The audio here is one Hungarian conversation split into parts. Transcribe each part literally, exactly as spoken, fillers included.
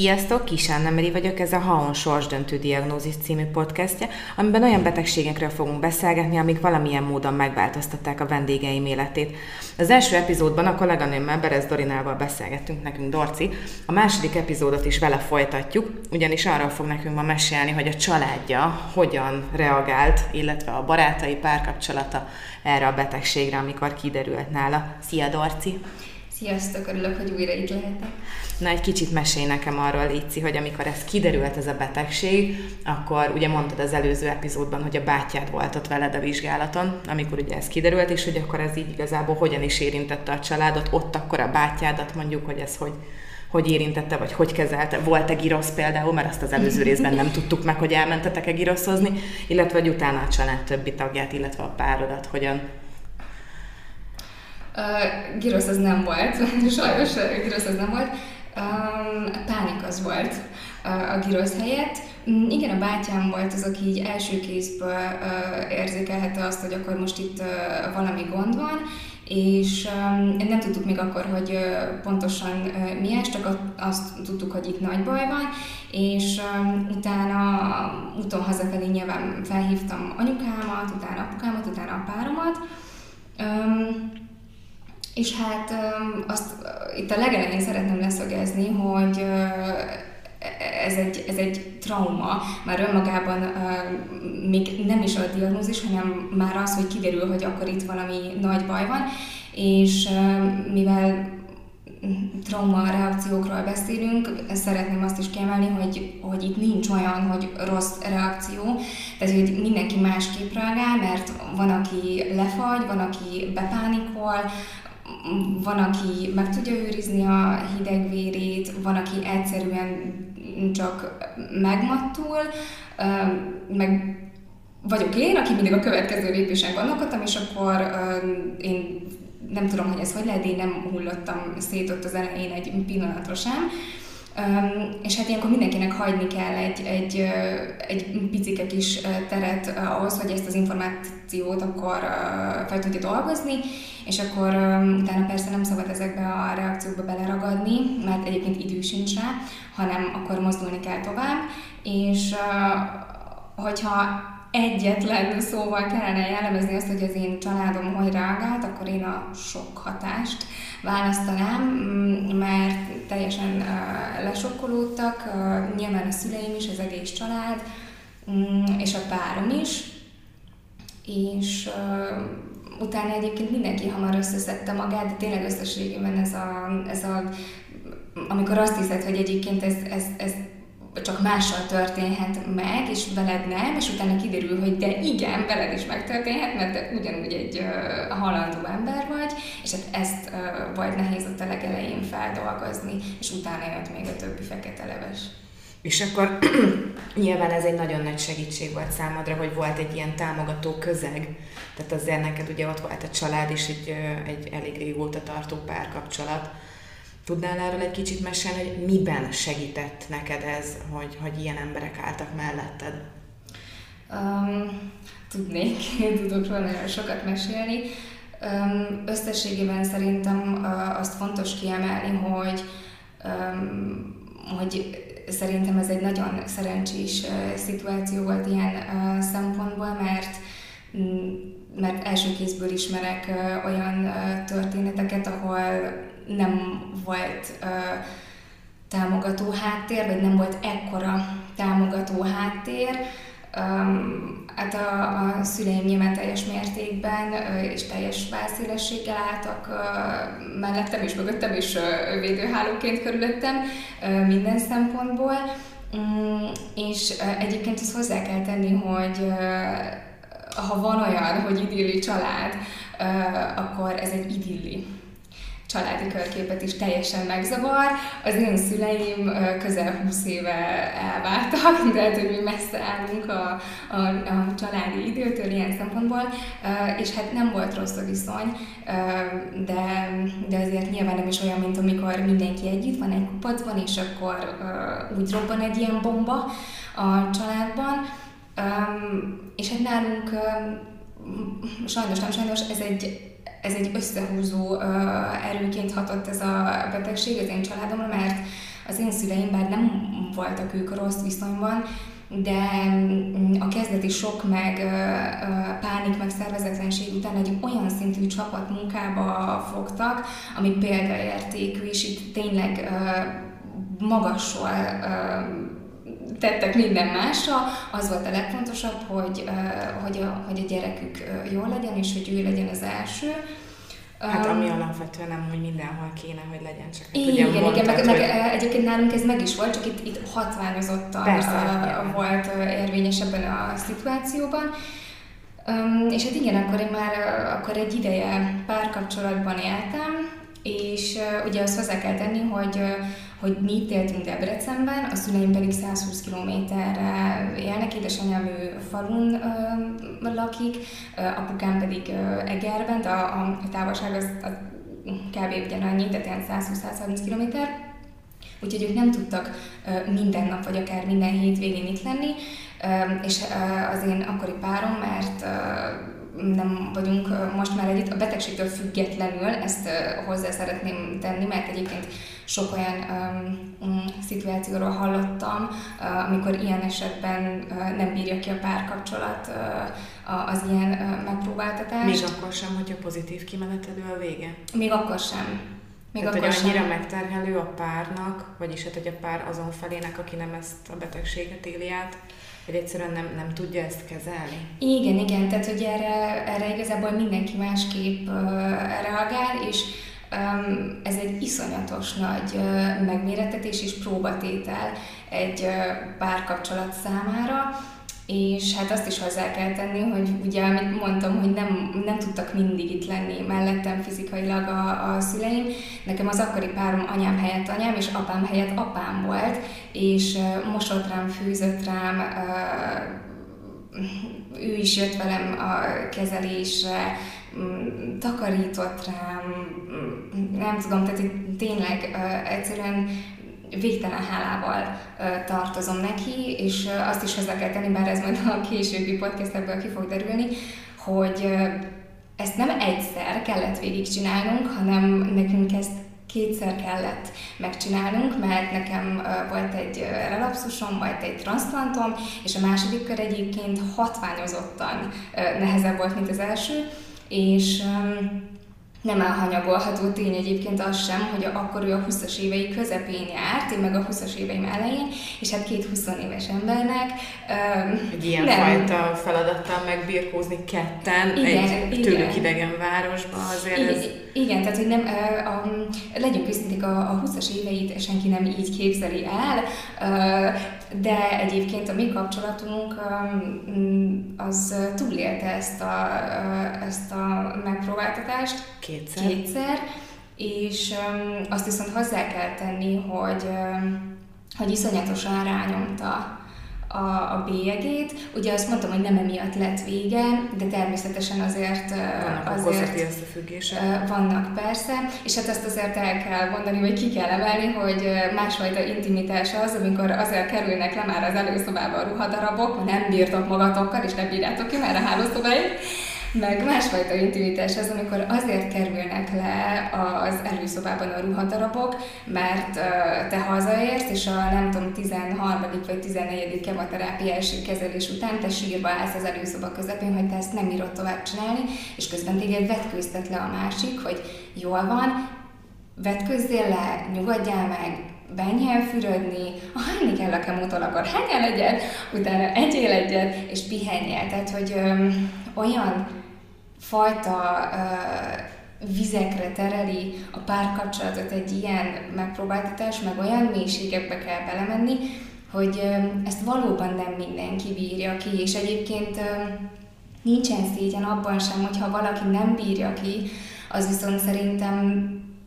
Sziasztok, Kis Anna Meri vagyok, ez a Haon Sorsdöntő Diagnózis című podcastja, amiben olyan betegségekről fogunk beszélgetni, amik valamilyen módon megváltoztatták a vendégeim életét. Az első epizódban a kolléganőmmel, Berez Dorinával beszélgettünk, nekünk Dorci, a második epizódot is vele folytatjuk, ugyanis arról fog nekünk ma mesélni, hogy a családja hogyan reagált, illetve a barátai párkapcsolata erre a betegségre, amikor kiderült nála. Szia, Dorci! Sziasztok, örülök, hogy újra itt lehetek. Na, egy kicsit mesélj nekem arról, Léci, hogy amikor ez kiderült, ez a betegség, akkor ugye mondtad az előző epizódban, hogy a bátyád volt ott veled a vizsgálaton, amikor ugye ez kiderült, és hogy akkor ez így igazából hogyan is érintette a családot, ott akkor a bátyádat mondjuk, hogy ez hogy, hogy érintette, vagy hogy kezelte, volt-e girosz például, mert azt az előző részben nem tudtuk meg, hogy elmentetek-e giroszozni, illetve hogy utána a család többi tagját, illetve a párodat hogyan. Uh, girosz az nem volt, sajnos uh, girosz az nem volt, um, pánik az volt uh, a girosz helyett. Um, igen, a bátyám volt az, aki így első kézből uh, érzékelhette azt, hogy akkor most itt uh, valami gond van, és um, nem tudtuk még akkor, hogy uh, pontosan uh, mi ez, csak azt tudtuk, hogy itt nagy baj van, és um, utána úton hazafelé nyilván felhívtam anyukámat, utána apukámat, utána a páromat, um, és hát azt itt a legelején szeretném leszögezni, hogy ez egy, ez egy trauma, már önmagában még nem is a diagnózis, hanem már az, hogy kiderül, hogy akkor itt valami nagy baj van, és mivel trauma reakciókról beszélünk, szeretném azt is kiemelni, hogy, hogy itt nincs olyan, hogy rossz reakció, tehát hogy mindenki másképp reagál, mert van, aki lefagy, van, aki bepánikol, van, aki meg tudja őrizni a hidegvérét, van, aki egyszerűen csak megmattul, meg vagyok én, aki mindig a következő lépésen gondolkodtam, és akkor én nem tudom, hogy ez hogy lehet, én nem hullottam szét ott az elején egy pillanatra sem. Um, és hát ilyenkor mindenkinek hagyni kell egy, egy, egy picike kis teret ahhoz, hogy ezt az információt akkor uh, fel tudja dolgozni, és akkor um, utána persze nem szabad ezekbe a reakciókba beleragadni, mert egyébként idő sincs rá, hanem akkor mozdulni kell tovább, és uh, hogyha egyetlen szóval kellene jellemezni azt, hogy az én családom hogy reagált, akkor én a sok hatást választanám, mert teljesen uh, lesokkolódtak, uh, nyilván a szüleim is, az egész család, um, és a párom is, és uh, utána egyébként mindenki hamar összeszedte magát, de tényleg összességében ez a, ez a amikor azt hiszed, hogy egyébként ez, ez, ez csak mással történhet meg, és veled nem, és utána kiderül, hogy de igen, veled is megtörténhet, mert te ugyanúgy egy uh, halandó ember vagy, és hát ezt uh, volt nehéz ott a legelején feldolgozni, és utána jött még a többi fekete leves. És akkor nyilván ez egy nagyon nagy segítség volt számodra, hogy volt egy ilyen támogató közeg, tehát azért neked ugye ott volt a család is, egy, egy elég régóta tartó párkapcsolat. Tudnál erről egy kicsit mesélni, hogy miben segített neked ez, hogy, hogy ilyen emberek álltak melletted? Um, tudnék, én tudok róla nagyon sokat mesélni. Um, összességében szerintem uh, azt fontos kiemelni, hogy, um, hogy szerintem ez egy nagyon szerencsés uh, szituáció volt ilyen uh, szempontból, mert mert első kézből ismerek uh, olyan uh, történeteket, ahol nem volt uh, támogató háttér, vagy nem volt ekkora támogató háttér. Um, hát a, a szüleim nyilván teljes mértékben uh, és teljes válszélességgel álltak uh, mellettem és mögöttem, és uh, védőhálóként körülöttem uh, minden szempontból. Um, és uh, egyébként azt hozzá kell tenni, hogy uh, ha van olyan, hogy idilli család, uh, akkor ez egy idilli családi körképet is teljesen megzavar. Az én szüleim uh, közel húsz éve elváltak, de hát, hogy mi messze állunk a, a, a családi időtől ilyen szempontból, uh, és hát nem volt rossz a viszony, uh, de, de azért nyilván nem is olyan, mint amikor mindenki együtt van egy kupacban, és akkor uh, úgy robban egy ilyen bomba a családban. Um, és hát nálunk um, sajnos, nem sajnos, ez egy, ez egy összehúzó uh, erőként hatott ez a betegség az én családomra, mert az én szüleim, bár nem voltak ők rossz viszonyban, de a kezdeti sok meg pánik meg szervezetlenség után egy olyan szintű csapatmunkába fogtak, ami példaértékű, és itt tényleg magasról tettek minden másra. Az volt a legfontosabb, hogy, hogy, a, hogy a gyerekük jól legyen, és hogy ő legyen az első. Hát ami alapvetően nem, hogy mindenhol kéne, hogy legyen, csak hát igen, ugye mondtad, igen, meg, hogy... meg egyébként nálunk ez meg is volt, csak itt, itt hatványozottan Persze, volt érvényes ebben a szituációban. Um, és hát igen, akkor én már akkor egy ideje párkapcsolatban éltem, és uh, ugye azt hozzá kell tenni, hogy, uh, hogy mi itt éltünk Debrecenben, a szüleim pedig száz húsz kilométerre élnek, édesanyám ő falun uh, lakik, uh, apukám pedig uh, Egerben, de a, a távolság az, az kb. Ugyanannyi, tehát ilyen száz húsz-száz harminc kilométer, úgyhogy ők nem tudtak uh, minden nap, vagy akár minden hétvégén itt lenni, uh, és uh, az én akkori párom, mert uh, nem vagyunk most már együtt, a betegségtől függetlenül ezt uh, hozzá szeretném tenni, mert egyébként sok olyan um, szituációról hallottam, uh, amikor ilyen esetben uh, nem bírja ki a párkapcsolat uh, az ilyen uh, megpróbáltatást. Még akkor sem, hogyha pozitív kimenetelő a vége? Még akkor sem. Még Tehát, akkor hogy annyira sem. megterhelő a párnak, vagyis hát, hogy a pár azon felének, aki nem ezt a betegséget éli át, hogy egyszerűen nem, nem tudja ezt kezelni? Igen, igen, tehát hogy erre, erre igazából mindenki másképp uh, reagál, és um, ez egy iszonyatos nagy uh, megmérettetés és próbatétel egy uh, párkapcsolat számára, és hát azt is hozzá kell tenni, hogy ugye, amit mondtam, hogy nem, nem tudtak mindig itt lenni mellettem fizikailag a, a szüleim. Nekem az akkori párom anyám helyett anyám, és apám helyett apám volt, és uh, mosott rám, főzött rám, uh, ő is jött velem a kezelésre, um, takarított rám, um, nem tudom, tehát itt tényleg uh, egyszerűen végtelen hálával uh, tartozom neki, és uh, azt is hozzá kell tenni, bár ez majd a későbbi podcastekből ki fog derülni, hogy uh, ezt nem egyszer kellett végigcsinálnunk, hanem nekünk ezt kétszer kellett megcsinálnunk, mert nekem uh, volt egy uh, relapszusom, volt egy transzplantom, és a második kör egyébként hatványozottan uh, nehezebb volt, mint az első, és um, nem elhanyagolható tény egyébként az sem, hogy akkor ő a húszas évei közepén járt, én meg a húszas éveim elején, és hát két huszonéves embernek egy ilyen nem. fajta feladattal megbirkózni ketten, igen, egy tőlük igen. idegen városba azért igen, ez... Igen, tehát hogy nem, a, a, legyünk őszinték, a, a húszas éveit senki nem így képzeli el, de egyébként a mi kapcsolatunk az túlélte ezt a, ezt a megpróbáltatást. Kétszer. Kétszer, és azt viszont hozzá kell tenni, hogy, hogy iszonyatosan rányomta a, a bélyegét. Ugye azt mondtam, hogy nem emiatt lett vége, de természetesen azért... Vannak okozati összefüggések. Vannak persze, és hát azt azért el kell mondani, vagy ki kell emelni, hogy másfajta intimitás az, amikor azért kerülnek le már az előszobába a ruhadarabok, nem bírtok magatokkal, és nem bírjátok ki már a hálószobáig, meg másfajta intimitás az, amikor azért kerülnek le az előszobában a ruhadarabok, mert uh, te hazaérsz, és a nem tudom, tizenharmadik vagy tizennegyedik kemoterápiás kezelés után te sírva állsz az előszoba közepén, hogy te ezt nem bírod tovább csinálni, és közben téged vetkőztet le a másik, hogy jól van, vetkőzzél le, nyugodjál meg, menj el fürödni, ha hányni kell a kemótól, akkor hányjál egyet, utána egyél egyet, és pihenjél. Tehát, hogy öm, olyan fajta ö, vizekre tereli a párkapcsolatot egy ilyen megpróbáltatás, meg olyan mélységekbe kell belemenni, hogy ö, ezt valóban nem mindenki bírja ki, és egyébként ö, nincsen szégyen abban sem, hogyha valaki nem bírja ki, az viszont szerintem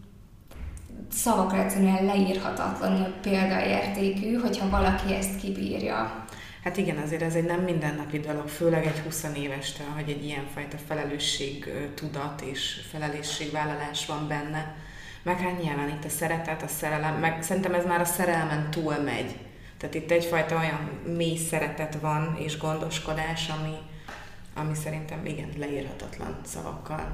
szavakra egyszerűen leírhatatlanul példaértékű, hogyha valaki ezt kibírja. Hát igen, azért ez egy nem mindennapi dolog, főleg egy huszonévestől, hogy egy ilyenfajta felelősség tudat és felelősségvállalás van benne. Meg hát nyilván itt a szeretet, a szerelem, meg szerintem ez már a szerelmen túl megy. Tehát itt egyfajta olyan mély szeretet van és gondoskodás, ami, ami szerintem igen, leírhatatlan szavakkal.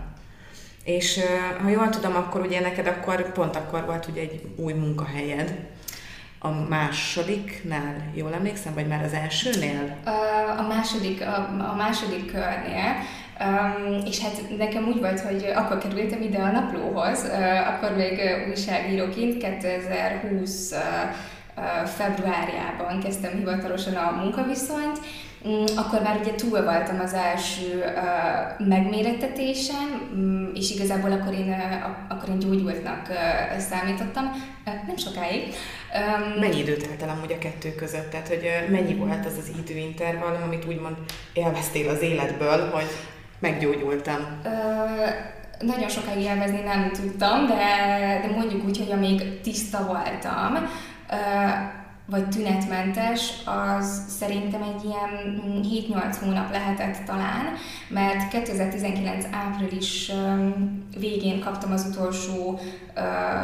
És ha jól tudom, akkor ugye neked akkor pont akkor volt ugye egy új munkahelyed. a másodiknál, jól emlékszem, vagy már az elsőnél? A második, a, a második körnél. Um, és hát nekem úgy volt, hogy akkor kerültem ide a naplóhoz, uh, akkor még újságíróként kétezer-húsz uh, uh, februárjában kezdtem hivatalosan a munkaviszonyt. Um, akkor már ugye túl voltam az első uh, megmérettetésen, um, és igazából akkor én, uh, akkor én gyógyultnak uh, számítottam, uh, nem sokáig. Um, mennyi időt telt el amúgy a kettő között? Tehát, hogy uh, mennyi volt az az időintervallum, amit úgymond élveztél az életből, hogy meggyógyultam? Ö, nagyon sokáig élvezni nem tudtam, de, de mondjuk úgy, hogy amíg tiszta voltam, ö, vagy tünetmentes, az szerintem egy ilyen hét-nyolc hónap lehetett talán, mert kétezer-tizenkilenc április végén kaptam az utolsó ö,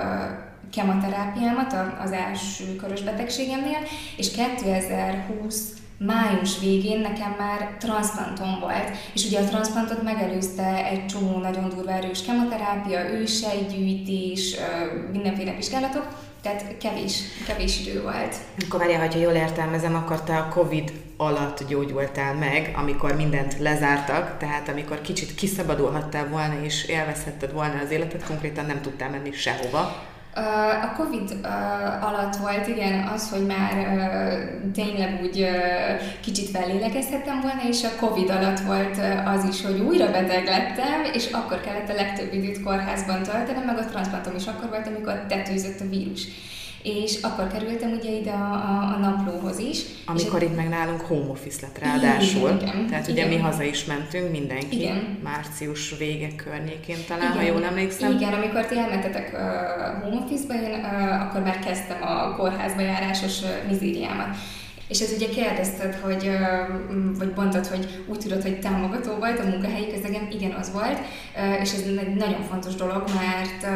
kemoterápiámat az első körös betegségemnél, és kétezer-húsz május végén nekem már transzplantom volt, és ugye a transzplantot megelőzte egy csomó nagyon durva erős kemoterápia, ősejgyűjtés, mindenféle vizsgálatok, tehát kevés, kevés idő volt. Akkor várjál, ha jól értelmezem, akkor te a Covid alatt gyógyultál meg, amikor mindent lezártak, tehát amikor kicsit kiszabadulhattál volna és élvezhetted volna az életet, konkrétan nem tudtál menni sehova. A Covid alatt volt, igen, az, hogy már tényleg úgy kicsit fellélegezhettem volna, és a Covid alatt volt az is, hogy újra beteg lettem, és akkor kellett a legtöbb időt kórházban töltenem, meg a transzplantom is akkor volt, amikor tetőzött a vírus. És akkor kerültem ugye ide a, a, a naplóhoz is. Amikor itt meg nálunk home office lett ráadásul. Igen, igen, tehát ugye igen. mi haza is mentünk, mindenki. Igen. Március vége környékén talán, igen. ha jól emlékszem. Igen, amikor ti elmentetek uh, home office-ba, én uh, akkor már kezdtem a kórházba járásos uh, mizériámat. És ez ugye kérdezted, hogy, vagy mondtad, hogy úgy tudod, hogy támogató volt a munkahelyi közegem, igen, az volt, és ez egy nagyon fontos dolog, mert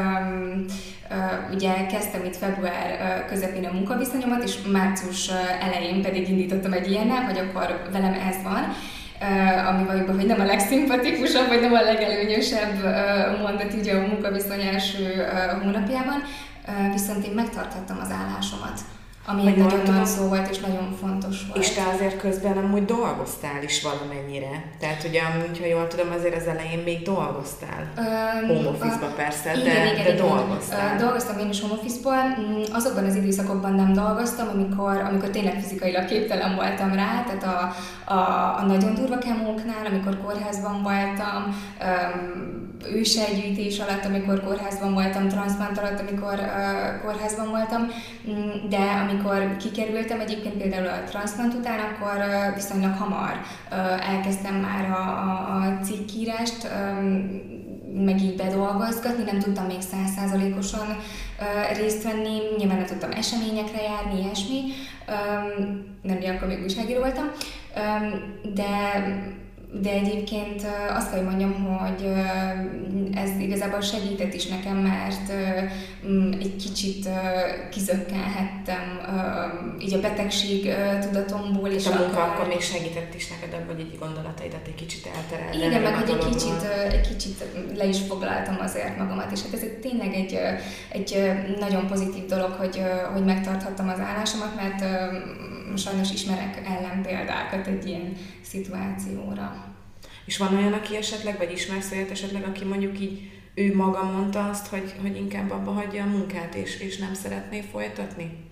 ugye kezdtem itt február közepén a munkaviszonyomat, és március elején pedig indítottam egy ilyennel, hogy akkor velem ez van, ami valójában, hogy nem a legszimpatikusabb, vagy nem a legelőnyösebb mondat ugye a munkaviszony első hónapjában, viszont én megtarthattam az állásomat, ami egy nagyon nagy szó volt, és nagyon fontos volt. És te azért közben amúgy dolgoztál is valamennyire. Tehát ugye, ha jól tudom, azért az elején még dolgoztál. Um, home office-ba persze, igen, de, igen, de igen. dolgoztál. Dolgoztam én is home office-ból. Azokban az időszakokban nem dolgoztam, amikor, amikor tényleg fizikailag képtelen voltam rá, tehát a, a, a nagyon durva kemóknál, amikor kórházban voltam, um, ősejgyűjtés alatt, amikor kórházban voltam, transzplant alatt, amikor uh, kórházban voltam, de amikor kikerültem egyébként például a transzplant után, akkor uh, viszonylag hamar uh, elkezdtem már a, a, a cikkírást, um, meg így bedolgozgatni, nem tudtam még száz százalékosan uh, részt venni, nyilván nem tudtam eseményekre járni, ilyesmi, um, nem, ugye akkor még újságíró voltam, um, de De egyébként azt kell, hogy mondjam, hogy ez igazából segített is nekem, mert egy kicsit kizökkenhettem így a betegség tudatomból. És a munka akkor még segített is neked abban, hogy egy gondolataidat egy kicsit elterelni. Igen, meg hogy egy kicsit, egy kicsit le is foglaltam azért magamat, és hát ez tényleg egy, egy nagyon pozitív dolog, hogy, hogy megtarthattam az állásomat, mert sajnos ismerek ellenpéldákat egy ilyen szituációra. És van olyan, aki esetleg, vagy ismersz olyat esetleg, aki mondjuk így ő maga mondta azt, hogy, hogy inkább abba hagyja a munkát, és, és nem szeretné folytatni?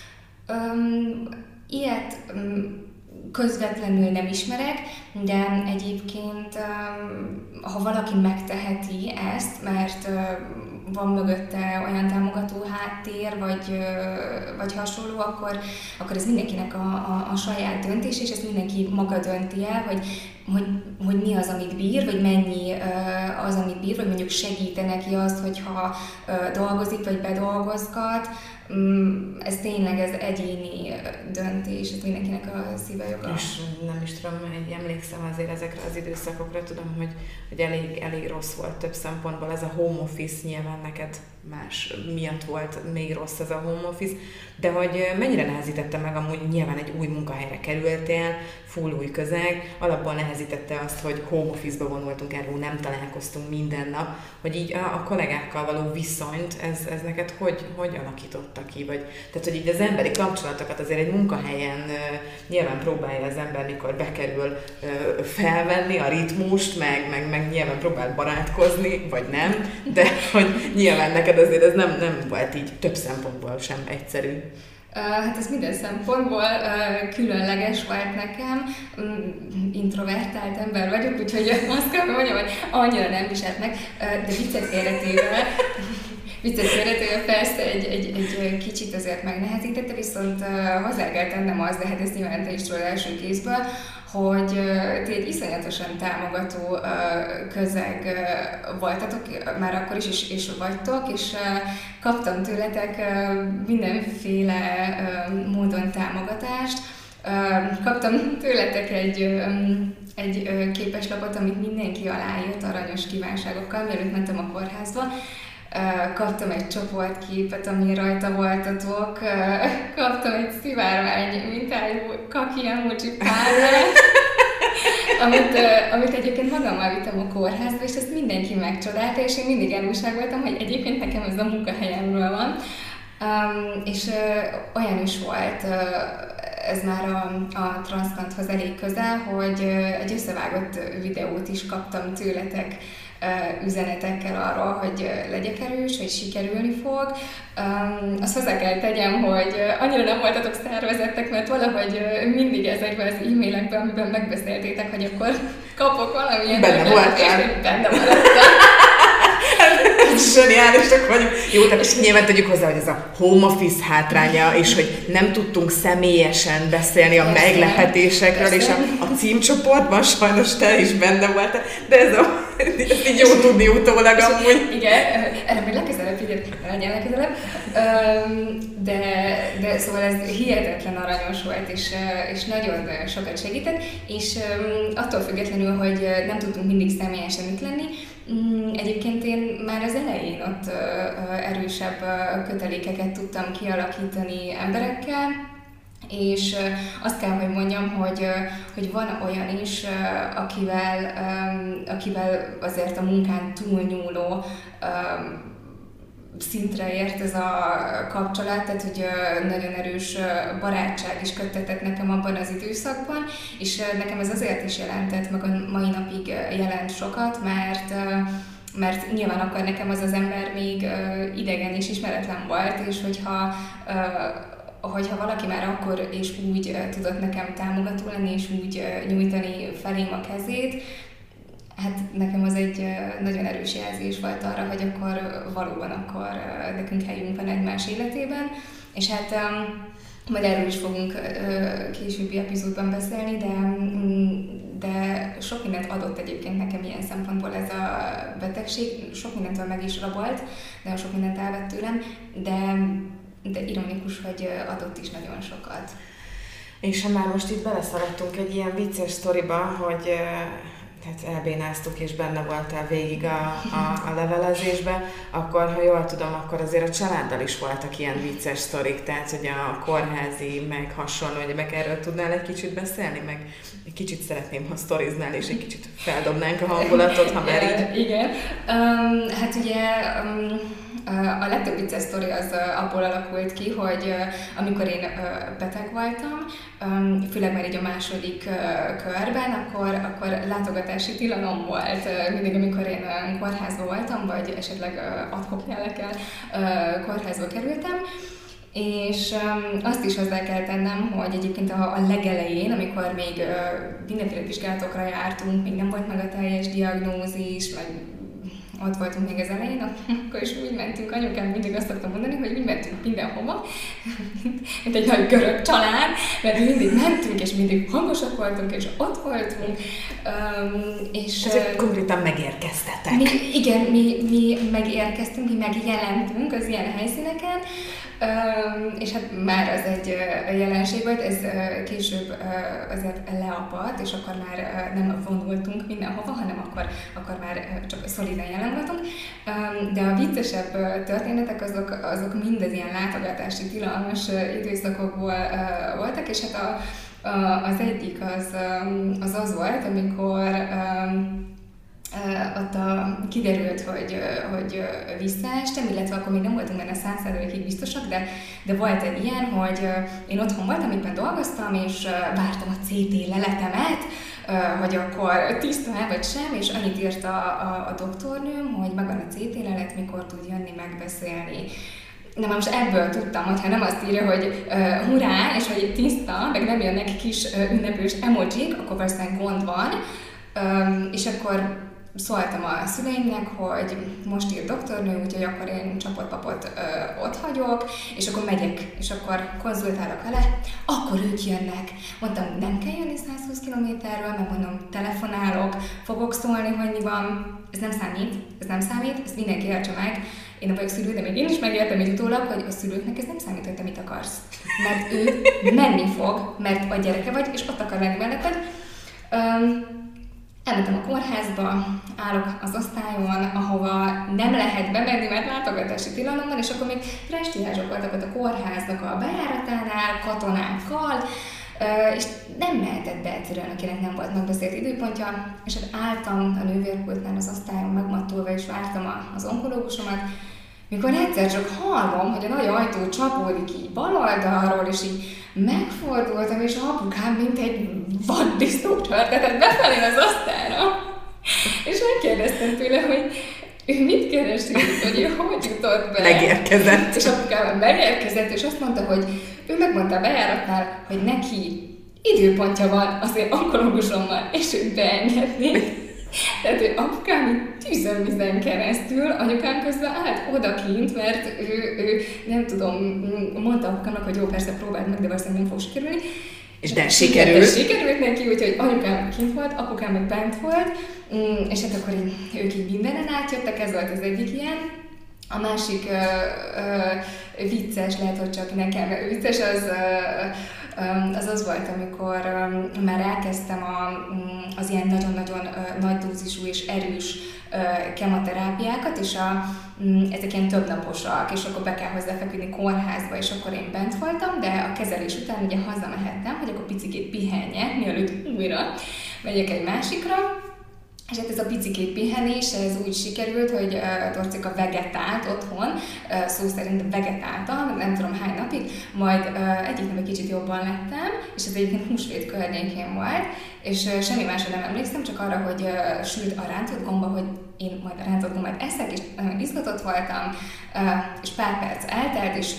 Um, ilyet um, közvetlenül nem ismerek, de egyébként um, ha valaki megteheti ezt, mert uh, van mögötte olyan támogató háttér, vagy, vagy hasonló, akkor, akkor ez mindenkinek a, a, a saját döntés, és ezt mindenki maga dönti el, hogy, hogy, hogy mi az, amit bír, vagy mennyi az, amit bír, vagy mondjuk segít neki azt, hogyha dolgozik, vagy bedolgozgat. Ez tényleg ez egyéni döntés, ez mindenkinek a szíve joga. És nem is tudom, hogy emlékszem azért ezekre az időszakokra, tudom, hogy, hogy elég, elég rossz volt több szempontból ez a home office, nyilván neked más miatt volt még rossz ez a home office, de hogy mennyire nehezítette meg, amúgy nyilván egy új munkahelyre kerültél, full új közeg, alapból nehezítette azt, hogy home office-ba vonultunk el, nem találkoztunk minden nap, hogy így a, a kollégákkal való viszonyt, ez, ez neked hogy, hogy alakította ki? Vagy, tehát, hogy így az emberi kapcsolatokat azért egy munkahelyen uh, nyilván próbálja az ember, mikor bekerül uh, felvenni a ritmust, meg, meg, meg nyilván próbál barátkozni, vagy nem, de hogy nyilván neked azért ez nem, nem volt így több szempontból sem egyszerű. Hát ez minden szempontból uh, különleges volt nekem, um, introvertált ember vagyok, úgyhogy azt kell mondjam, hogy annyira nem viselt meg, uh, de viccet félretével, viccet félretével persze egy, egy, egy kicsit azért megnehezítette, viszont uh, hozzá kell tennem az, de hát ezt nyilván te is tudod első kézből, hogy uh, ti egy iszonyatosan támogató uh, közeg uh, voltatok, már akkor is, és, és vagytok, és uh, kaptam tőletek uh, mindenféle uh, módon támogatást. Uh, kaptam tőletek egy, um, egy uh, képeslapot, amit mindenki aláírt aranyos kívánságokkal, mielőtt mentem a kórházba. Uh, kaptam egy csoportképet, ami rajta voltatok, uh, kaptam egy szivárvány mintájú kaki emoji párát, amit, uh, amit egyébként magammal vittem a kórházba, és ezt mindenki megcsodálta, és én mindig elúság voltam, hogy egyébként nekem ez a munkahelyemről van. Um, és uh, olyan is volt, uh, ez már a, a transzplanthoz elég közel, hogy uh, egy összevágott videót is kaptam tőletek, üzenetekkel arról, hogy legyek erős, hogy sikerülni fog. Um, azt hozzá kell tegyem, hogy annyira nem voltatok szervezettek, mert valahogy mindig ezekben az e-mailekben, amiben megbeszéltétek, hogy akkor kapok valamilyen... Benne voltál. Benne voltál. Zseniálisak vagyunk. Jó, tehát nyilván tegyük hozzá, hogy ez a home office hátránya, és hogy nem tudtunk személyesen beszélni a persze, meglepetésekről, persze. És a, a címcsoportban sajnos te is benne voltál, de ez, a, ez így jó tudni utólag amúgy. Igen, erre még legközelebb, figyelj, legyen legközelebb. De, de szóval ez hihetetlen aranyos volt, és, és nagyon sokat segített, és attól függetlenül, hogy nem tudtunk mindig személyesen itt lenni, egyébként én már az elején ott erősebb kötelékeket tudtam kialakítani emberekkel, és azt kell, hogy mondjam, hogy, hogy van olyan is, akivel, akivel azért a munkán túlnyúló szintre ért ez a kapcsolat, tehát hogy nagyon erős barátság is köttetett nekem abban az időszakban, és nekem ez azért is jelentett, meg a mai napig jelent sokat, mert mert nyilván akkor nekem az az ember még idegen és ismeretlen volt, és hogyha hogyha valaki már akkor és úgy tudott nekem támogató lenni, és úgy nyújtani felém a kezét, hát nekem az egy nagyon erős jelzés volt arra, hogy akkor valóban akkor nekünk helyünk van egymás életében, és hát majd erről is fogunk későbbi epizódban beszélni, de, de sok mindent adott egyébként nekem ilyen szempontból ez a betegség, sok mindentől meg is rabolt, de sok mindent elvett tőlem, de, de ironikus, hogy adott is nagyon sokat. És ha már most itt beleszaladtunk egy ilyen vicces sztoriba, hogy tehát elbénáztuk és benne voltál végig a, a, a levelezésbe, akkor, ha jól tudom, akkor azért a családdal is voltak ilyen vicces sztorik, tehát hogy a kórházi, meg hasonló, hogy meg erről tudnál egy kicsit beszélni, meg egy kicsit szeretném, ha sztoriznál, és egy kicsit feldobnánk a hangulatot, ha már így. Igen. Um, hát ugye um, a legtöbb vicces sztori az abból alakult ki, hogy amikor én beteg voltam, főleg már így a második körben, akkor, akkor látogatási tilalom volt mindig, amikor én kórházban voltam, vagy esetleg ad-hoc jelleggel kórházba kerültem. És um, azt is hozzá kell tennem, hogy egyébként a, a legelején, amikor még uh, mindenféle vizsgálatokra jártunk, még nem volt meg a teljes diagnózis, vagy ott voltunk még az elején, akkor is úgy mentünk, anyukám mindig azt szoktam mondani, hogy úgy mentünk mindenhova, mint egy nagy görög család, mert mindig mentünk, és mindig hangosak voltunk, és ott voltunk. Um, és ezért konkrétan megérkeztetek. Mi, igen, mi, mi megérkeztünk, mi megjelentünk az ilyen helyszíneken, és hát már az egy jelenség volt, ez később azért leapadt, és akkor már nem vonultunk mindenhova, hanem akkor, akkor már csak szoliden jelen voltunk. De a viccesebb történetek azok, azok mind az ilyen látogatási tilalmas időszakokból voltak, és hát a, a, az egyik az, az az volt, amikor Uh, ott a, kiderült, hogy, uh, hogy uh, visszaestem, illetve akkor még nem voltunk benne száz százalékig biztosak, de, de volt egy ilyen, hogy uh, én otthon voltam, éppen dolgoztam, és uh, vártam a cé té leletemet, uh, hogy akkor tiszta-e vagy sem, és annyit írt a, a, a doktornőm, hogy megvan a cé té lelet, mikor tud jönni megbeszélni. Na most ebből tudtam, hogyha nem azt írja, hogy uh, hurrá, és hogy tiszta, meg nem jönnek kis uh, ünnepős emojik, akkor valószínűleg gond van, um, és akkor szóltam a szüleimnek, hogy most ír doktornő, úgyhogy akkor én csapott-papot ott hagyok, és akkor megyek, és akkor konzultálok vele, akkor ők jönnek. Mondtam, nem kell jönni száz húsz kilométerről, mert mondom, telefonálok, fogok szólni, hogy mi van, ez nem számít, ez nem számít, ezt mindenki értse meg. Én nem vagyok szülő, de még én is megértem így utólag, hogy a szülőknek ez nem számít, hogy te mit akarsz. Mert ő menni fog, mert a gyereke vagy, és ott akar lenni veled. Um, Elmentem a kórházba, állok az osztályon, ahova nem lehet bemenni, mert látogatási tilalom van, és akkor még prestiázsok voltak ott a kórháznak a bejáratánál, katonákkal, és nem mehetett be egyszerűen, akinek nem volt megbeszélt időpontja, és hát álltam a nővérpultnál az osztályon megmattulva, és vártam az onkológusomat, mikor egyszer csak hallom, hogy a nagy ajtó csapódik így bal oldalról, és így megfordultam, és apukám mint egy vaddisznó csörtetett befelé az asztalra. És megkérdeztem tőle, hogy ő mit keresik, hogy ő hogy jutott be. Megérkezett. És apukám megérkezett, és azt mondta, hogy ő megmondta a bejáratnál, hogy neki időpontja van az én onkológusommal, és őt beengedni. Tehát, hogy apukám tűzön-vizen keresztül, anyukám közben állt odakint, mert ő, ő nem tudom, mondta apukámnak, hogy jó, persze próbáld meg, de valószínűleg nem fog sikerülni. És de sikerült. De sikerült neki, úgyhogy anyukám kint volt, apukám meg bent volt, és hát akkor így, ők így mindenen átjöttek, ez volt az egyik ilyen. A másik ö, ö, vicces, lehet, hogy csak nekem vicces, az ö, az az volt, amikor ö, már elkezdtem a, az ilyen nagyon-nagyon ö, nagy dózisú és erős ö, kemoterápiákat, és a, ezek ilyen többnaposak, és akkor be kell hozzá feküdni kórházba, és akkor én bent voltam, de a kezelés után ugye hazamehettem, hogy akkor picikét pihenjek, mielőtt újra megyek egy másikra. És hát ez a picikét pihenés, ez úgy sikerült, hogy uh, Dorcika vegetált otthon, uh, szó szerint vegetáltam, nem tudom hány napig, majd uh, egyik nap egy kicsit jobban lettem, és ez egyébként húsvét környékén volt, és uh, semmi másra nem emlékszem, csak arra, hogy uh, sült a rántott gomba, hogy én majd a rántott gombát eszek, és nagyon izgatott voltam, uh, és pár perc eltelt, és,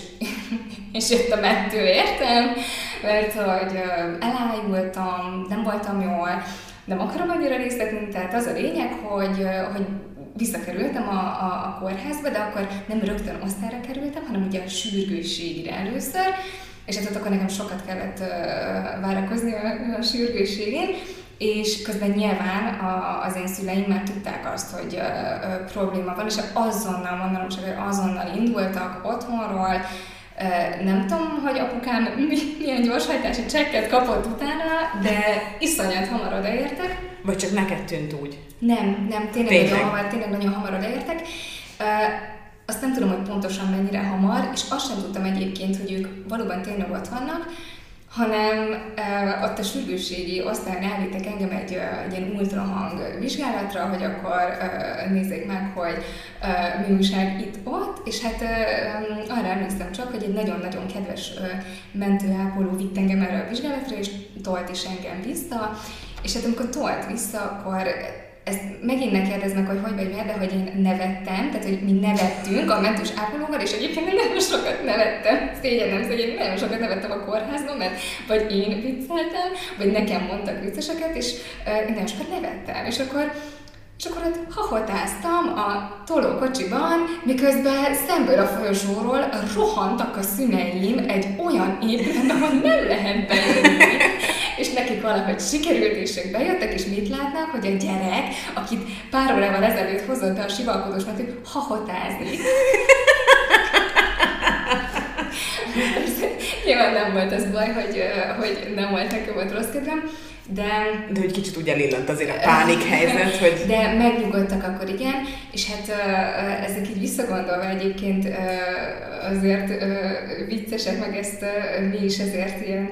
és jött a mentő, értem, mert hogy uh, elájultam, nem voltam jól, nem akarom annyira részletni, tehát az a lényeg, hogy, hogy visszakerültem a, a, a kórházba, de akkor nem rögtön osztályra kerültem, hanem ugye a sürgősségre először, és hát ott akkor nekem sokat kellett uh, várakozni a, a sürgősségén, és közben nyilván a, az én szüleim már tudták azt, hogy uh, uh, probléma van, és azonnal, mondanom csak, hogy azonnal indultak otthonról. Uh, nem tudom, hogy apukám milyen gyorshajtási csekket kapott utána, de iszonyat hamar odaértek. Vagy csak neked tűnt úgy? Nem, nem, tényleg, tényleg. Nagyon hamar, tényleg nagyon hamar odaértek. Uh, azt nem tudom, hogy pontosan mennyire hamar, és azt sem tudtam egyébként, hogy ők valóban tényleg ott vannak, hanem uh, ott a sürgősségi osztályon elvittek engem egy, uh, egy ilyen ultrahang vizsgálatra, hogy akkor uh, nézzék meg, hogy uh, mi újság itt-ott, és hát uh, arra emlékszem csak, hogy egy nagyon-nagyon kedves uh, mentőápoló vitt engem erre a vizsgálatra, és tolt is engem vissza, és hát amikor tolt vissza, akkor ezt megint ne kérdeznek, hogy hogy vagy miért, de hogy én nevettem, tehát hogy mi nevettünk a mentős ápolóval, és egyébként nagyon sokat nevettem, szégyen nem szégyen, nagyon sokat nevettem a kórházban, mert vagy én vicceltem, vagy nekem mondtak vicceseket, és uh, nagyon sokat nevettem, és akkor És akkor hát hahotáztam a tolókocsiban, miközben szemből a folyosóról rohantak a szüleim egy olyan épületbe, ahol nem lehet bejönni. És nekik valahogy sikerült, és ők bejöttek, és mit látnak, hogy a gyerek, akit pár órával ezelőtt hozott be a sivalkodós mentő, hahotázni. Nyilván nem volt az baj, hogy, hogy nem volt nekem volt rossz kedvem, de... De hogy kicsit úgy elillant azért a pánik helyzet, hogy... De megnyugodtak akkor igen, és hát ezek így visszagondolva egyébként azért viccesek, meg ezt mi is ezért ilyen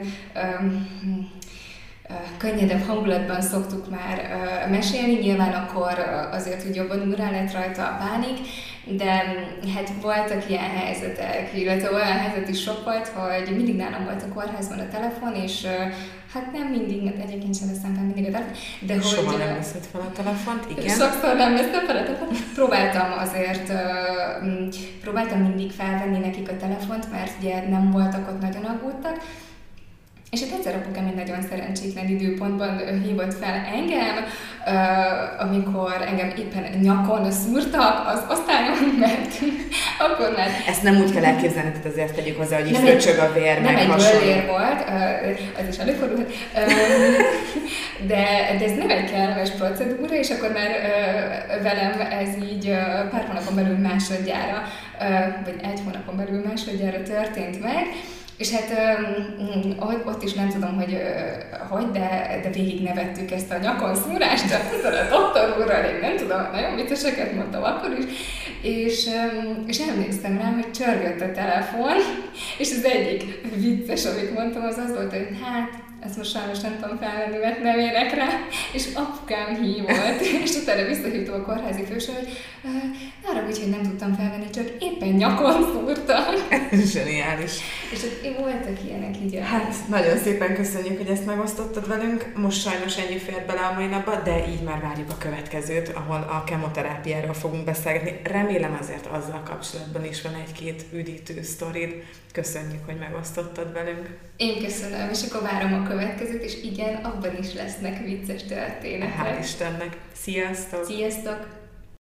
könnyedebb hangulatban szoktuk már mesélni, nyilván akkor azért, hogy jobban úrrá lett rajta a pánik, de hát voltak ilyen helyzetek, illetve olyan helyzet is sok volt, hogy mindig nálam volt a kórházban a telefon, és hát nem mindig, egyébként sem veszem fel mindig a telefon, de hogy... Soha nem veszed fel a telefont, igen. Sokszor nem veszem fel a telefont. Próbáltam azért, próbáltam mindig felvenni nekik a telefont, mert ugye nem voltak ott, nagyon aggódtak. És hát egyszer apukám egy nagyon szerencsétlen időpontban hívott fel engem, amikor engem éppen nyakon szúrtak az osztályon, mert akkor már... Ezt nem úgy kell elképzelni, tehát azért tegyük hozzá, hogy így fröcsög a vér, meg Nem hasonló. egy bőlér volt, az is előfordulhat, de, de ez nem egy kellemes procedúra, és akkor már velem ez így pár hónapon belül másodjára, vagy egy hónapon belül másodjára történt meg. És hát um, ott is nem tudom, hogy uh, hogy, de, de végig nevettük ezt a nyakon szúrást, csak a doktor úrral, én nem tudom, nagyon vicceseket mondtam akkor is, és, um, és emlékszem rá, hogy csörgött a telefon, és az egyik vicces, amit mondtam, az az volt, hogy hát, ezt most sajnos nem tudom felvenni, mert nem érek rá, és apukám hívott, és utána visszahívtam a kórházi fősor, hogy ne arra úgy, hogy nem tudtam felvenni, csak éppen nyakon szúrtam. Zseniális. És ott voltak ilyenek így. Hát nagyon szépen köszönjük, hogy ezt megosztottad velünk. Most sajnos ennyi fért bele a mai napba, de így már várjuk a következőt, ahol a kemoterápiáról fogunk beszélgetni. Remélem azért azzal kapcsolatban is van egy-két üdítő sztorid. Köszönjük, hogy megosztottad velünk. Én köszönöm, és akkor várom a következőt, és igen, abban is lesznek vicces történetek. Hál' Istennek. Sziasztok! Sziasztok!